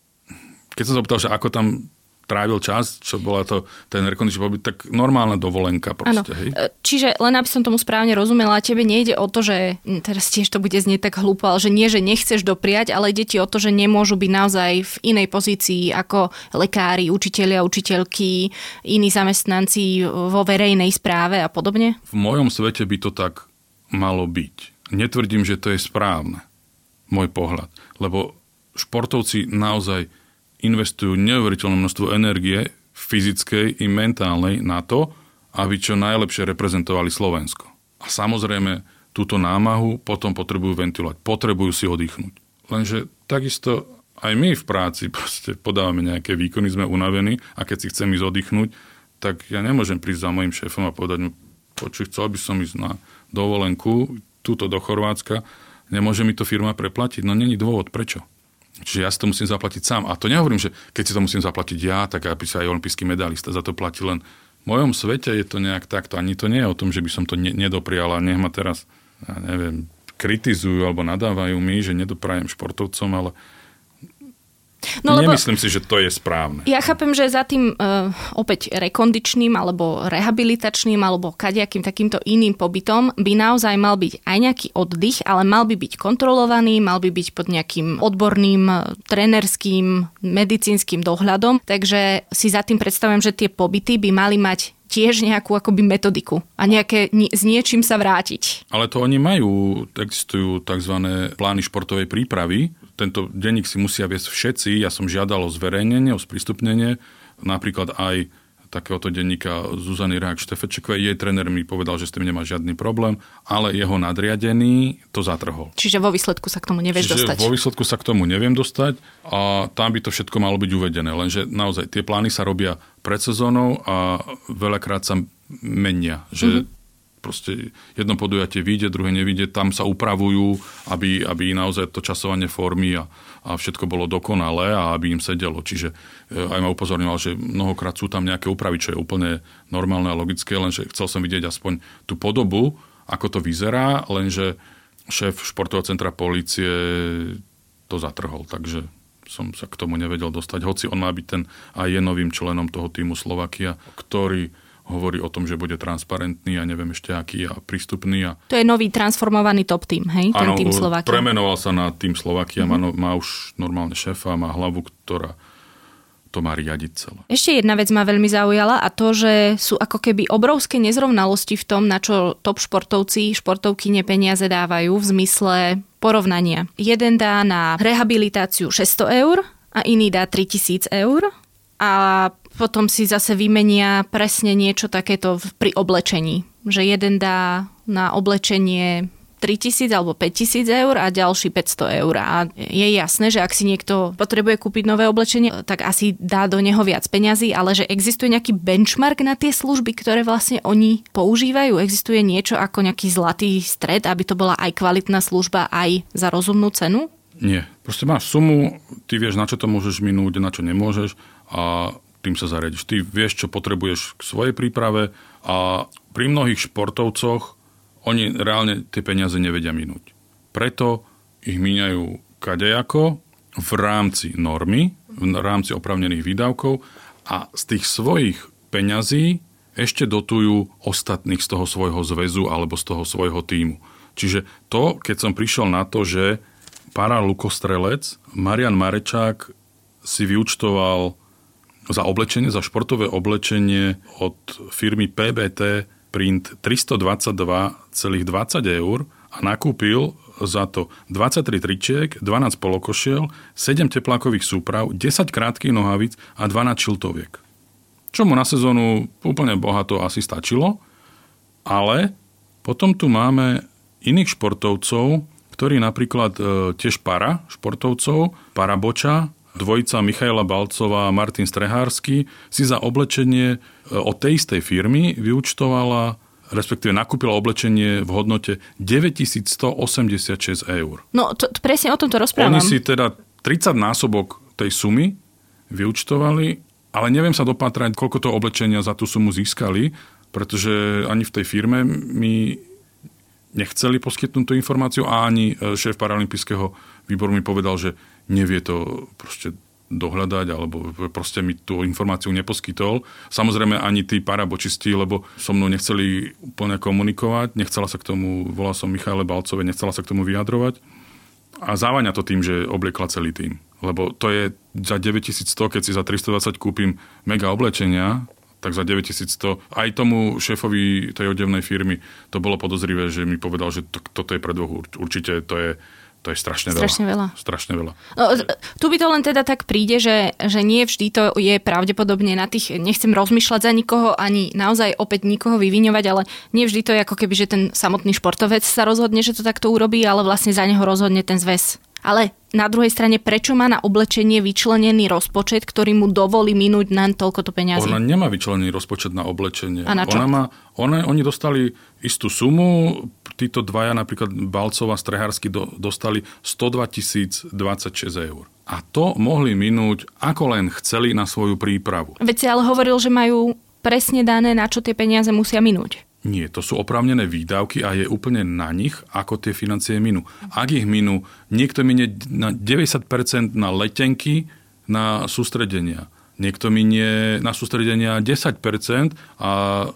keď som sa pýtal, že ako tam trávil čas, čo bola to ten rekondičný pobyt, tak normálna dovolenka proste. Hej? Čiže len aby som tomu správne rozumela, tebe nejde o to, že teraz tiež to bude znieť tak hlúpo, ale že nie, že nechceš dopriať, ale ide ti o to, že nemôžu byť naozaj v inej pozícii ako lekári, učitelia, učiteľky, iní zamestnanci vo verejnej správe a podobne? V mojom svete by to tak malo byť. Netvrdím, že to je správne. Môj pohľad. Lebo športovci naozaj investujú neuveriteľné množstvo energie fyzickej i mentálnej na to, aby čo najlepšie reprezentovali Slovensko. A samozrejme túto námahu potom potrebujú ventilovať, potrebujú si oddychnúť. Lenže takisto aj my v práci proste podávame nejaké výkony, sme unavení a keď si chcem ísť oddychnúť, tak ja nemôžem prísť za mojím šéfom a povedať mu, počuj, chcel by som ísť na dovolenku túto do Chorvátska, nemôže mi to firma preplatiť? No není dôvod, prečo? Čiže ja si to musím zaplatiť sám. A to nehovorím, že keď si to musím zaplatiť ja, tak aby sa aj olympijský medalista za to platil. Len v mojom svete je to nejak takto. Ani to nie je o tom, že by som to nedoprial a nech ma teraz, ja neviem, kritizujú alebo nadávajú mi, že nedoprajem športovcom, ale nemyslím si, že to je správne. Ja chápem, že za tým opäť rekondičným alebo rehabilitačným alebo kadejakým takýmto iným pobytom by naozaj mal byť aj nejaký oddych, ale mal by byť kontrolovaný, mal by byť pod nejakým odborným trénerským, medicínskym dohľadom. Takže si za tým predstavujem, že tie pobyty by mali mať tiež nejakú akoby metodiku a nejaké s niečím sa vrátiť. Ale to oni majú, existujú tzv. Plány športovej prípravy. Tento denník si musia viesť všetci. Ja som žiadal o zverejnenie, o sprístupnenie. Napríklad aj takéhoto denníka Zuzany Rák-Štefečekovej. Jej tréner mi povedal, že s tým nemá žiadny problém, ale jeho nadriadený to zatrhol. Čiže vo výsledku sa k tomu nevieš dostať? Vo výsledku sa k tomu neviem dostať a tam by to všetko malo byť uvedené. Lenže naozaj tie plány sa robia pred sezónou a veľakrát sa menia. Že proste jedno podujatie vyjde, druhé nevyjde, tam sa upravujú, aby naozaj to časovanie formy a všetko bolo dokonalé a aby im sedelo. Čiže aj ma upozorňoval, že mnohokrát sú tam nejaké úpravy, čo je úplne normálne a logické, lenže chcel som vidieť aspoň tú podobu, ako to vyzerá, lenže šéf športového centra polície to zatrhol, takže som sa k tomu nevedel dostať. Hoci on má byť aj je novým členom toho týmu Slovakia, ktorý hovorí o tom, že bude transparentný a neviem ešte aký a prístupný. To je nový transformovaný top tým, hej? Ten tým Slovakia. Premenoval sa na tým Slovakia, má už normálne šéfa, má hlavu, ktorá to má riadiť celé. Ešte jedna vec ma veľmi zaujala a to, že sú ako keby obrovské nezrovnalosti v tom, na čo top športovci, športovkyne peniaze dávajú v zmysle porovnania. Jeden dá na rehabilitáciu 600 eur a iný dá 3000 eur a potom si zase vymenia presne niečo takéto pri oblečení. Že jeden dá na oblečenie 3000 alebo 5000 eur a ďalší 500 eur. A je jasné, že ak si niekto potrebuje kúpiť nové oblečenie, tak asi dá do neho viac peňazí, ale že existuje nejaký benchmark na tie služby, ktoré vlastne oni používajú? Existuje niečo ako nejaký zlatý stred, aby to bola aj kvalitná služba, aj za rozumnú cenu? Nie. Proste máš sumu, ty vieš, na čo to môžeš minúť, na čo nemôžeš a tým sa zariadiš. Ty vieš, čo potrebuješ k svojej príprave a pri mnohých športovcoch oni reálne tie peniaze nevedia minúť. Preto ich míňajú kadejako v rámci normy, v rámci oprávnených výdavkov a z tých svojich peňazí ešte dotujú ostatných z toho svojho zväzu alebo z toho svojho tímu. Čiže to, keď som prišiel na to, že paralukostrelec Marian Marečák si vyúčtoval za oblečenie, za športové oblečenie od firmy PBT Print 322,20 eur a nakúpil za to 23 tričiek, 12 polokošiel, 7 teplákových súprav, 10 krátkych nohavíc a 12 šiltoviek. Čo mu na sezónu úplne bohato asi stačilo, ale potom tu máme iných športovcov, ktorí napríklad tiež športovcov, paraboča, dvojica Michaela Balcová a Martin Strehársky si za oblečenie od tej istej firmy vyúčtovala, respektíve nakúpila oblečenie v hodnote 9186 eur. No, presne o tomto rozprávam. Oni si teda 30 násobok tej sumy vyúčtovali, ale neviem sa dopatrať, koľko toho oblečenia za tú sumu získali, pretože ani v tej firme mi nechceli poskytnúť tú informáciu a ani šéf paralympijského výboru mi povedal, že nevie to proste dohľadať, alebo proste mi tú informáciu neposkytol. Samozrejme ani tí parabočisti, lebo so mnou nechceli úplne komunikovať, nechcela sa k tomu, volal som Michaele Balcove, nechcela sa k tomu vyjadrovať. A závaňa to tým, že obliekla celý tým. Lebo to je za 9100, keď si za 320 kúpim mega oblečenia, tak za 9100, aj tomu šéfovi tej odevnej firmy to bolo podozrivé, že mi povedal, že toto je pre dvoch určite, to je strašne veľa. Strašne veľa. No, tu by to len teda tak príde, že nie vždy to je pravdepodobne na tých, nechcem rozmýšľať za nikoho, ani naozaj opäť nikoho vyviňovať, ale nie vždy to je ako keby, že ten samotný športovec sa rozhodne, že to takto urobí, ale vlastne za neho rozhodne ten zväz. Ale na druhej strane, prečo má na oblečenie vyčlenený rozpočet, ktorý mu dovolí minúť na toľkoto peňazí? Ona nemá vyčlenený rozpočet na oblečenie. A na čo? Oni dostali istú sumu, títo dvaja, napríklad Balcov a Strehársky, dostali 102 026 eur. A to mohli minúť, ako len chceli na svoju prípravu. Veď si ale hovoril, že majú presne dané, na čo tie peniaze musia minúť. Nie, to sú oprávnené výdavky a je úplne na nich, ako tie financie minú. Ak ich minú, niekto minie na 90% na letenky, na sústredenia. Niekto minie na sústredenia 10% a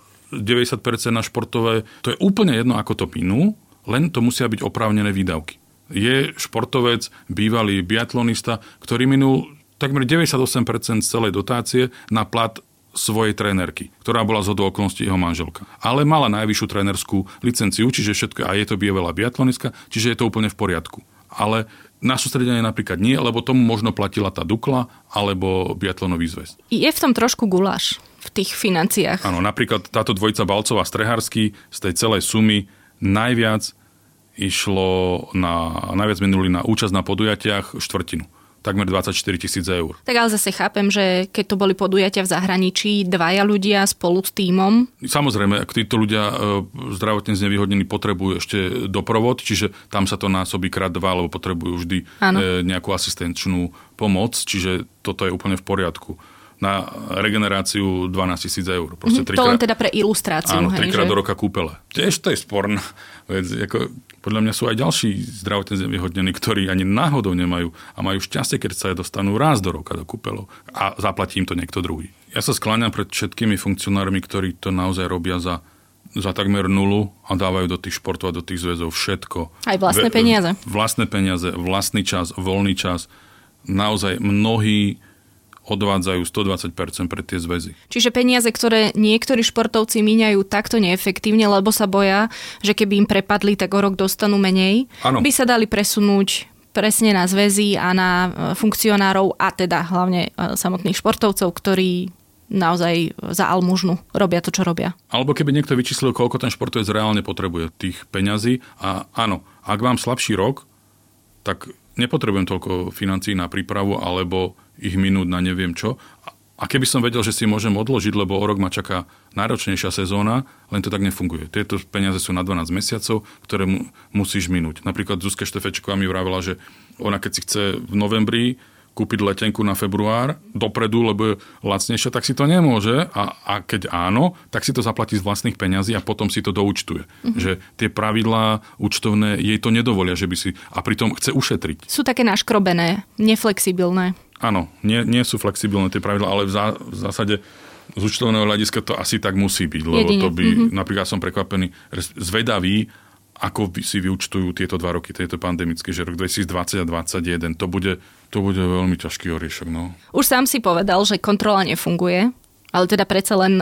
90% na športové. To je úplne jedno, ako to minú, len to musia byť oprávnené výdavky. Je športovec, bývalý biatlonista, ktorý minul takmer 98% z celej dotácie na plat svojej trénerky, ktorá bola zhodou okolností jeho manželka. Ale mala najvyššiu trénerskú licenciu, čiže všetko, a je to bývalá biatlonistka, čiže je to úplne v poriadku. Ale na sústredenie napríklad nie, lebo tomu možno platila tá Dukla alebo biatlonový zväz. Je v tom trošku guláš v tých financiách. Áno, napríklad táto dvojica Balcová Strehársky z tej celej sumy najviac minuli na účasť na podujatiach štvrtinu. Takmer 24 000 eur. Tak ale zase chápem, že keď to boli podujatia v zahraničí, dvaja ľudia spolu s tímom. Samozrejme, ak títo ľudia zdravotne znevýhodnení potrebujú ešte doprovod, čiže tam sa to násobí krát 2, lebo potrebujú vždy nejakú asistenčnú pomoc, čiže toto je úplne v poriadku. na regeneráciu 12 000 eur. Proste to len teda pre ilustráciu. Áno, hej, 3-krát do roka kúpele. Tiež to je sporná vec. Podľa mňa sú aj ďalší zdravotne znevýhodnení, ktorí ani náhodou nemajú a majú šťastie, keď sa dostanú raz do roka do kúpeľov a zaplatí im to niekto druhý. Ja sa skláňam pred všetkými funkcionármi, ktorí to naozaj robia za takmer nulu a dávajú do tých športov a do tých zväzov všetko. Aj vlastné peniaze. Vlastné peniaze, vlastný čas, voľný čas. Naozaj mnohí odvádzajú 120% pre tie zväzy. Čiže peniaze, ktoré niektorí športovci míňajú takto neefektívne, lebo sa boja, že keby im prepadli, tak o rok dostanú menej, ano. By sa dali presunúť presne na zväzy a na funkcionárov a teda hlavne samotných športovcov, ktorí naozaj za almužnu robia to, čo robia. Alebo keby niekto vyčíslil, koľko ten športovec reálne potrebuje tých peňazí a áno, ak mám slabší rok, tak nepotrebujem toľko financií na prípravu alebo ich minúť na neviem čo. A keby som vedel, že si môžem odložiť, lebo o rok ma čaká náročnejšia sezóna, len to tak nefunguje. Tieto peniaze sú na 12 mesiacov, ktoré musíš minúť. Napríklad Zuzka Štefečková mi vravela, že ona keď si chce v novembri kúpiť letenku na február dopredu, lebo je lacnejšia, tak si to nemôže a keď áno, tak si to zaplatí z vlastných peňazí a potom si to doúčtuje. Že tie pravidlá účtovné jej to nedovolia, že by si a pritom chce ušetriť. Sú také naškrobené, neflexibilné. Áno, nie sú flexibilné tie pravidlá, ale v zásade z účtovného hľadiska to asi tak musí byť, lebo jedine. To by, napríklad som prekvapený, zvedavý, ako si vyúčtujú tieto 2 roky, tieto pandemické, že rok 2020 a 2021, to bude veľmi ťažký oriešok. No. Už sám si povedal, že kontrola nefunguje, ale teda predsa len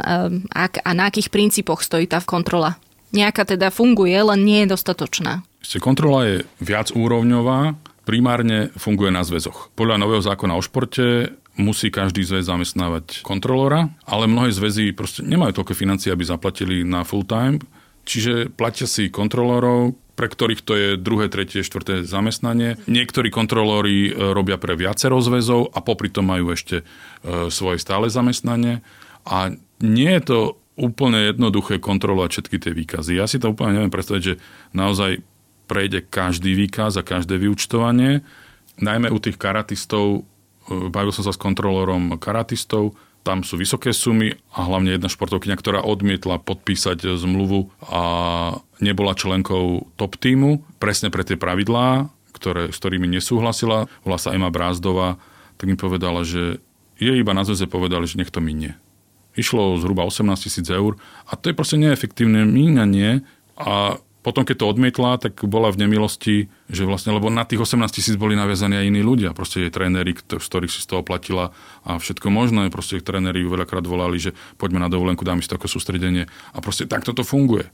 a na akých princípoch stojí tá kontrola? Nejaká teda funguje, len nie je dostatočná. Kontrola je viacúrovňová, primárne funguje na zväzoch. Podľa nového zákona o športe musí každý zväz zamestnávať kontrolóra, ale mnohé zväzy proste nemajú toľko financií, aby zaplatili na full time. Čiže platia si kontrolórov, pre ktorých to je 2., 3., 4. zamestnanie. Niektorí kontrolóri robia pre viacero zväzov a popri tom majú ešte svoje stále zamestnanie. A nie je to úplne jednoduché kontrolovať všetky tie výkazy. Ja si to úplne neviem predstaviť, že naozaj prejde každý výkaz a každé vyúčtovanie. Najmä u tých karatistov, bavil som sa s kontrolórom karatistov, tam sú vysoké sumy a hlavne jedna športovkyňa, ktorá odmietla podpísať zmluvu a nebola členkou top tímu, presne pre tie pravidlá, s ktorými nesúhlasila. Volá sa Ema Brázdová, tak mi povedala, že jej iba na zväze povedali, že nech to minie. Išlo zhruba 18 000 eur a to je proste neefektívne míňanie a potom, keď to odmietla, tak bola v nemilosti, že vlastne, lebo na tých 18 000 boli naviazaní aj iní ľudia. Proste jej tréneri, z ktorých si z toho platila a všetko možné. Proste ich tréneri ju veľakrát volali, že poďme na dovolenku, dáme si také sústredenie. A proste takto to funguje.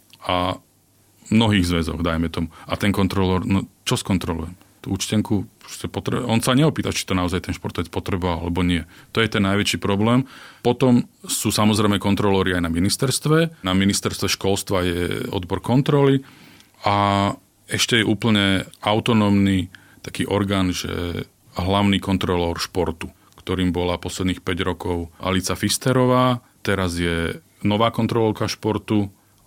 A v mnohých zväzoch, dajme tomu. A ten kontrolór, no čo skontroluje? Tú účtenku, on sa neopýta, či to naozaj ten športovec potreboval, alebo nie. To je ten najväčší problém. Potom sú samozrejme kontrolóri aj na ministerstve. Na ministerstve školstva je odbor kontroly a ešte je úplne autonómny taký orgán, že hlavný kontrolór športu, ktorým bola posledných 5 rokov Alica Fisterová. Teraz je nová kontrolórka športu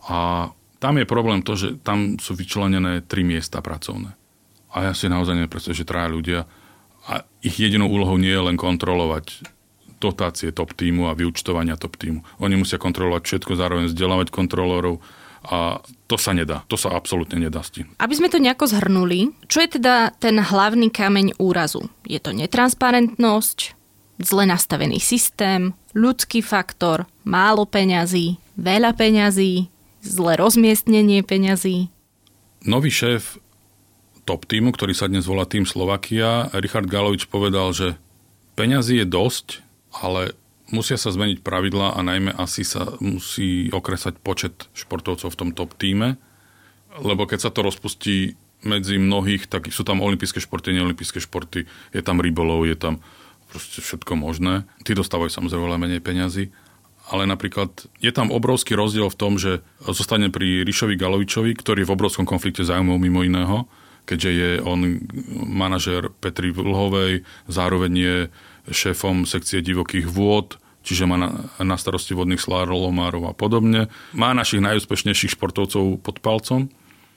a tam je problém to, že tam sú vyčlenené 3 miesta pracovné. A ja si naozaj nepredstavím, že 3 ľudia a ich jedinou úlohou nie je len kontrolovať dotácie top tímu a vyúčtovania top tímu. Oni musia kontrolovať všetko, zároveň vzdelávať kontrolórov a to sa nedá. To sa absolútne nedá stihnúť. Aby sme to nejako zhrnuli, čo je teda ten hlavný kameň úrazu? Je to netransparentnosť, zle nastavený systém, ľudský faktor, málo peňazí, veľa peňazí, zlé rozmiestnenie peňazí? Nový šéf top tímu, ktorý sa dnes volá Tým Slovakia, Richard Galovič povedal, že peňazí je dosť, ale musia sa zmeniť pravidlá a najmä asi sa musí okresať počet športovcov v tom top tíme, lebo keď sa to rozpustí medzi mnohých, tak sú tam olympijské športy, neolympijské športy, je tam rybolov, je tam proste všetko možné. Tí dostávajú samozrejme veľa menej peňazí, ale napríklad je tam obrovský rozdiel v tom, že zostane pri Rišovi Galovičovi, ktorý je v obrovskom konflikte záujmov mimo iného, keďže je on manažér Petry Vlhovej, zároveň je šéfom sekcie divokých vôd, čiže má na starosti vodných slalomárov a podobne. Má našich najúspešnejších športovcov pod palcom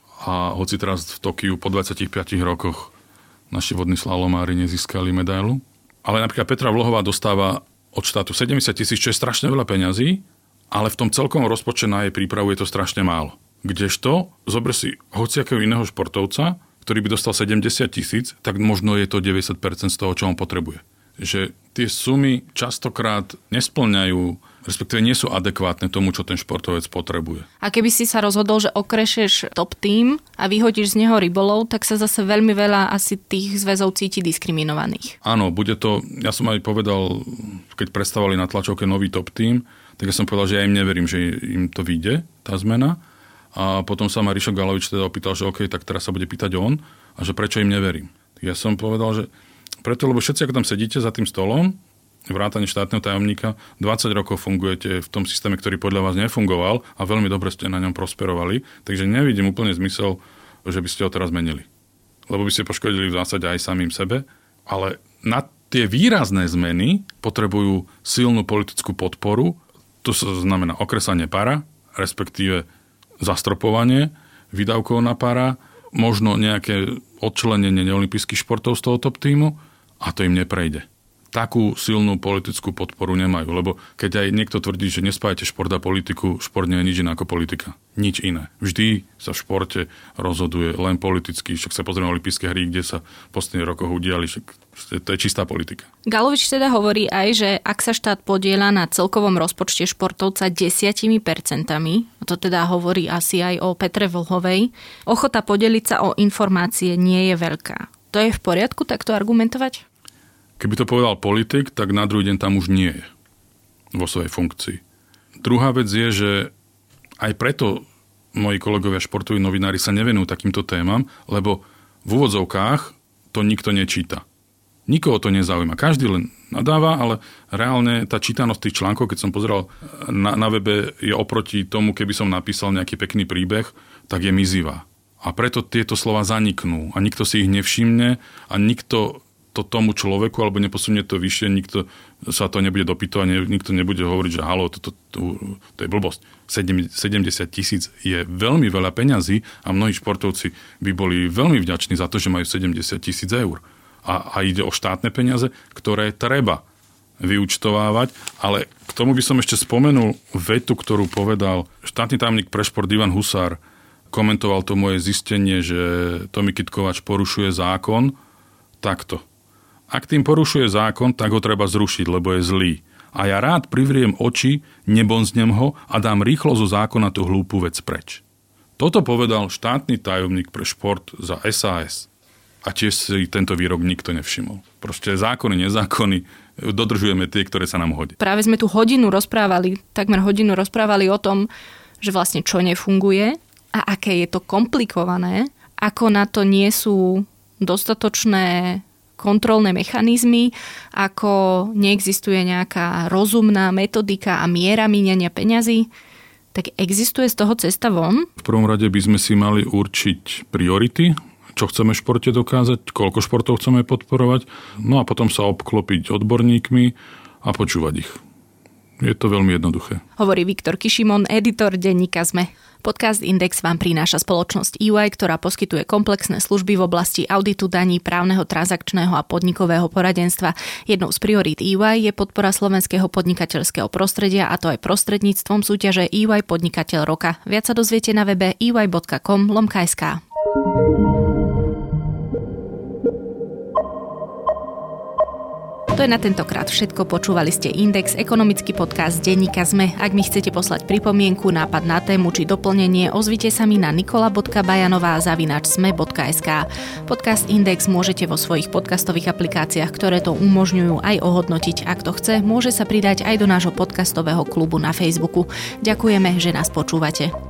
a hoci teraz v Tokiu po 25 rokoch naši vodní slalomári nezískali medailu. Ale napríklad Petra Vlhová dostáva od štátu 70 000, čo je strašne veľa peňazí, ale v tom celkovom rozpočte na jej prípravu je to strašne málo. Kdežto, zober si hociakého iného športovca, ktorý by dostal 70 000, tak možno je to 90% z toho, čo on potrebuje. Že tie sumy častokrát nespĺňajú, respektíve nie sú adekvátne tomu, čo ten športovec potrebuje. A keby si sa rozhodol, že okrešeš top tým a vyhodíš z neho rybolov, tak sa zase veľmi veľa asi tých zväzov cíti diskriminovaných. Áno, bude to, ja som aj povedal, keď predstavovali na tlačovke nový top tým, tak ja som povedal, že ja im neverím, že im to vyjde, tá zmena. A potom sa ma Rišo Galovič teda opýtal, že OK, tak teraz sa bude pýtať on a že prečo im neverím. Tak ja som povedal, že preto, lebo všetci, ako tam sedíte za tým stolom, vrátane štátneho tajomníka, 20 rokov fungujete v tom systéme, ktorý podľa vás nefungoval a veľmi dobre ste na ňom prosperovali, takže nevidím úplne zmysel, že by ste ho teraz menili. Lebo by ste poškodili v zásade aj samým sebe, ale na tie výrazné zmeny potrebujú silnú politickú podporu. To znamená okresanie para, respektíve zastropovanie výdavkov na para, možno nejaké odčlenenie neolympijských športov z toho top tímu a to im neprejde. Takú silnú politickú podporu nemajú, lebo keď aj niekto tvrdí, že nespájate šport a politiku, šport nie je nič iné ako politika. Nič iné. Vždy sa v športe rozhoduje len politicky, však sa pozrieme olympijské hry, kde sa v posledných rokoch udiali, to je čistá politika. Galovič teda hovorí aj, že ak sa štát podieľa na celkovom rozpočte športovca 10%, to teda hovorí asi aj o Petre Vlhovej, ochota podeliť sa o informácie nie je veľká. To je v poriadku takto argumentovať? Keby to povedal politik, tak na druhý deň tam už nie je vo svojej funkcii. Druhá vec je, že aj preto moji kolegovia športoví novinári sa nevenujú takýmto témam, lebo v úvodzovkách to nikto nečíta. Nikoho to nezaujíma. Každý len nadáva, ale reálne tá čítanosť tých článkov, keď som pozeral na webe, je oproti tomu, keby som napísal nejaký pekný príbeh, tak je mizivá. A preto tieto slova zaniknú a nikto si ich nevšimne a nikto to tomu človeku, alebo neposunie to vyššie, nikto sa to nebude dopytovať, nikto nebude hovoriť, že halo, to je blbosť. 70 000 je veľmi veľa peňazí a mnohí športovci by boli veľmi vďační za to, že majú 70 000 eur. A ide o štátne peniaze, ktoré treba vyúčtovávať, ale k tomu by som ešte spomenul vetu, ktorú povedal štátny tajomník pre šport Ivan Husár. Komentoval to moje zistenie, že Tomi Kytkovač porušuje zákon takto. Ak tým porušuje zákon, tak ho treba zrušiť, lebo je zlý. A ja rád privriem oči, nebonznem ho a dám rýchlo zo zákona tú hlúpu vec preč. Toto povedal štátny tajomník pre šport za SAS. A tiež si tento výrok nikto nevšimol. Proste zákony, nezákony, dodržujeme tie, ktoré sa nám hodí. Práve sme tu takmer hodinu rozprávali o tom, že vlastne čo nefunguje a aké je to komplikované, ako na to nie sú dostatočné kontrolné mechanizmy, ako neexistuje nejaká rozumná metodika a miera míňania peňazí, tak existuje z toho cesta von? V prvom rade by sme si mali určiť priority, čo chceme v športe dokázať, koľko športov chceme podporovať, no a potom sa obklopiť odborníkmi a počúvať ich. Je to veľmi jednoduché. Hovorí Viktor Kišimon, editor denníka SME. Podcast Index vám prináša spoločnosť EY, ktorá poskytuje komplexné služby v oblasti auditu daní, právneho, transakčného a podnikového poradenstva. Jednou z priorít EY je podpora slovenského podnikateľského prostredia, a to aj prostredníctvom súťaže EY Podnikateľ roka. Viac sa dozviete na webe ey.com/sk. To je na tentokrát všetko. Počúvali ste Index, ekonomický podcast denníka SME. Ak mi chcete poslať pripomienku, nápad na tému či doplnenie, ozvite sa mi na nikola.bajanová@sme.sk. Podcast Index môžete vo svojich podcastových aplikáciách, ktoré to umožňujú, aj ohodnotiť. Ak to chce, môže sa pridať aj do nášho podcastového klubu na Facebooku. Ďakujeme, že nás počúvate.